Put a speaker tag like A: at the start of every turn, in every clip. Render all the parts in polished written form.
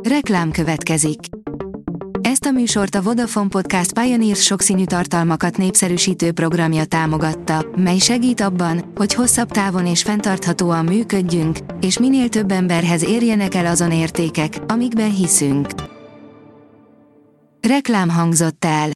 A: Reklám következik. Ezt a műsort a Vodafone Podcast Pioneers sokszínű tartalmakat népszerűsítő programja támogatta, mely segít abban, hogy hosszabb távon és fenntarthatóan működjünk, és minél több emberhez érjenek el azon értékek, amikben hiszünk. Reklám hangzott el.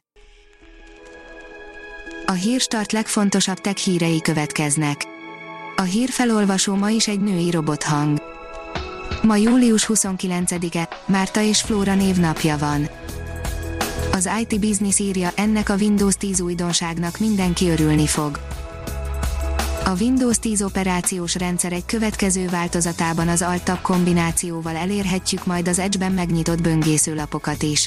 A: A Hírstart legfontosabb tech hírei következnek. A hírfelolvasó ma is egy női robothang. Ma július 29-e, Márta és Flóra névnapja van. Az IT Business írja, ennek a Windows 10 újdonságnak mindenki örülni fog. A Windows 10 operációs rendszer egy következő változatában az Alt-Tab kombinációval elérhetjük majd az Edge-ben megnyitott böngészőlapokat is.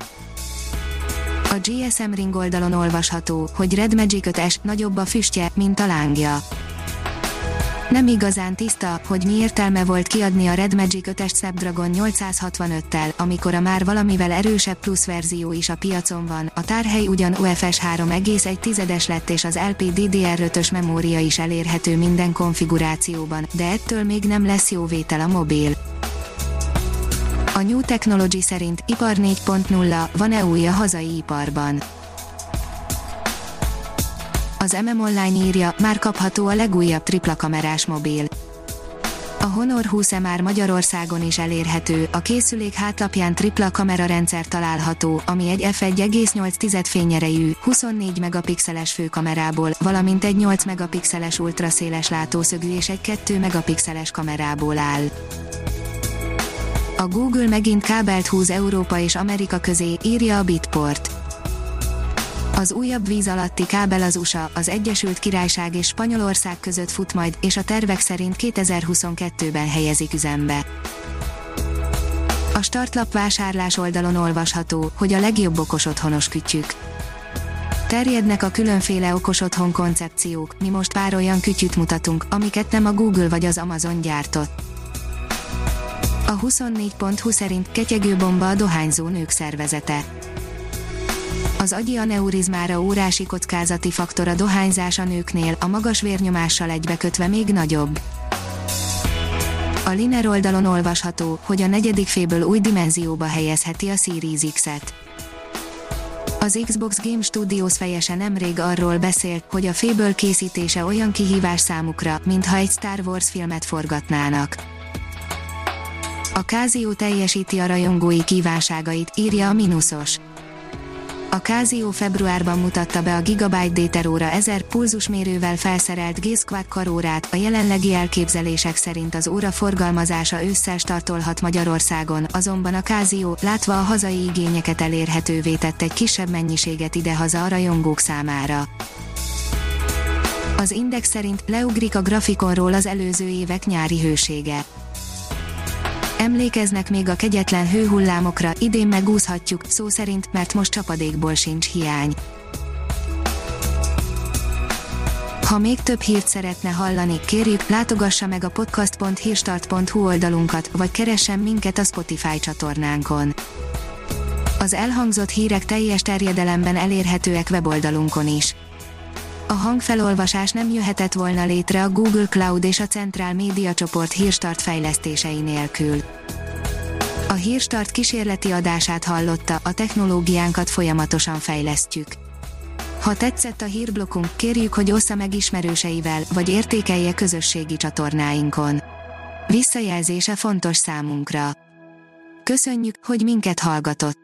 A: A GSM Ring oldalon olvasható, hogy Red Magic 5S nagyobb a füstje, mint a lángja. Nem igazán tiszta, hogy mi értelme volt kiadni a Red Magic 5-es Snapdragon 865-tel, amikor a már valamivel erősebb plusz verzió is a piacon van, a tárhely ugyan UFS 3,1-es lett és az LPDDR5-ös memória is elérhető minden konfigurációban, de ettől még nem lesz jó vétel a mobil. A New Technology szerint ipar 4.0, van-e új a hazai iparban? Az MM-Online írja, már kapható a legújabb tripla kamerás mobil. A Honor 20 már Magyarországon is elérhető, a készülék hátlapján tripla kamerarendszer található, ami egy f1,8 fényerejű, 24 megapixeles főkamerából, valamint egy 8 megapixeles ultraszéles látószögű és egy 2 megapixeles kamerából áll. A Google megint kábelt húz Európa és Amerika közé, írja a Bitport. Az újabb víz alatti kábel az USA, az Egyesült Királyság és Spanyolország között fut majd, és a tervek szerint 2022-ben helyezik üzembe. A startlap vásárlás oldalon olvasható, hogy a legjobb okosotthonos kütyük. Terjednek a különféle okosotthon koncepciók, mi most pár olyan kütyüt mutatunk, amiket nem a Google vagy az Amazon gyártott. A 24.20 szerint ketyegőbomba a dohányzó nők szervezete. Az agyi aneurizmára órási kockázati faktor a dohányzás a nőknél, a magas vérnyomással egybekötve még nagyobb. A Liner oldalon olvasható, hogy a negyedik féből új dimenzióba helyezheti a Series X-et. Az Xbox Game Studios fejese nemrég arról beszélt, hogy a féből készítése olyan kihívás számukra, mintha egy Star Wars filmet forgatnának. A Casio teljesíti a rajongói kívánságait, írja a Minusos. A Casio februárban mutatta be a Gigabyte Dateróra 1000 pulzusmérővel felszerelt G-Squad karórát, a jelenlegi elképzelések szerint az óra forgalmazása ősszel startolhat Magyarországon, azonban a Casio, látva a hazai igényeket elérhetővé tett egy kisebb mennyiséget idehaza a rajongók számára. Az Index szerint leugrik a grafikonról az előző évek nyári hősége. Emlékeznek még a kegyetlen hőhullámokra, idén megúszhatjuk, szó szerint, mert most csapadékból sincs hiány. Ha még több hírt szeretne hallani, kérjük, látogassa meg a podcast.hírstart.hu oldalunkat, vagy keressen minket a Spotify csatornánkon. Az elhangzott hírek teljes terjedelemben elérhetőek weboldalunkon is. A hangfelolvasás nem jöhetett volna létre a Google Cloud és a Central Média csoport Hírstart fejlesztései nélkül. A Hírstart kísérleti adását hallotta, a technológiánkat folyamatosan fejlesztjük. Ha tetszett a hírblokkunk, kérjük, hogy ossza meg ismerőseivel, vagy értékelje közösségi csatornáinkon. Visszajelzése fontos számunkra. Köszönjük, hogy minket hallgatott!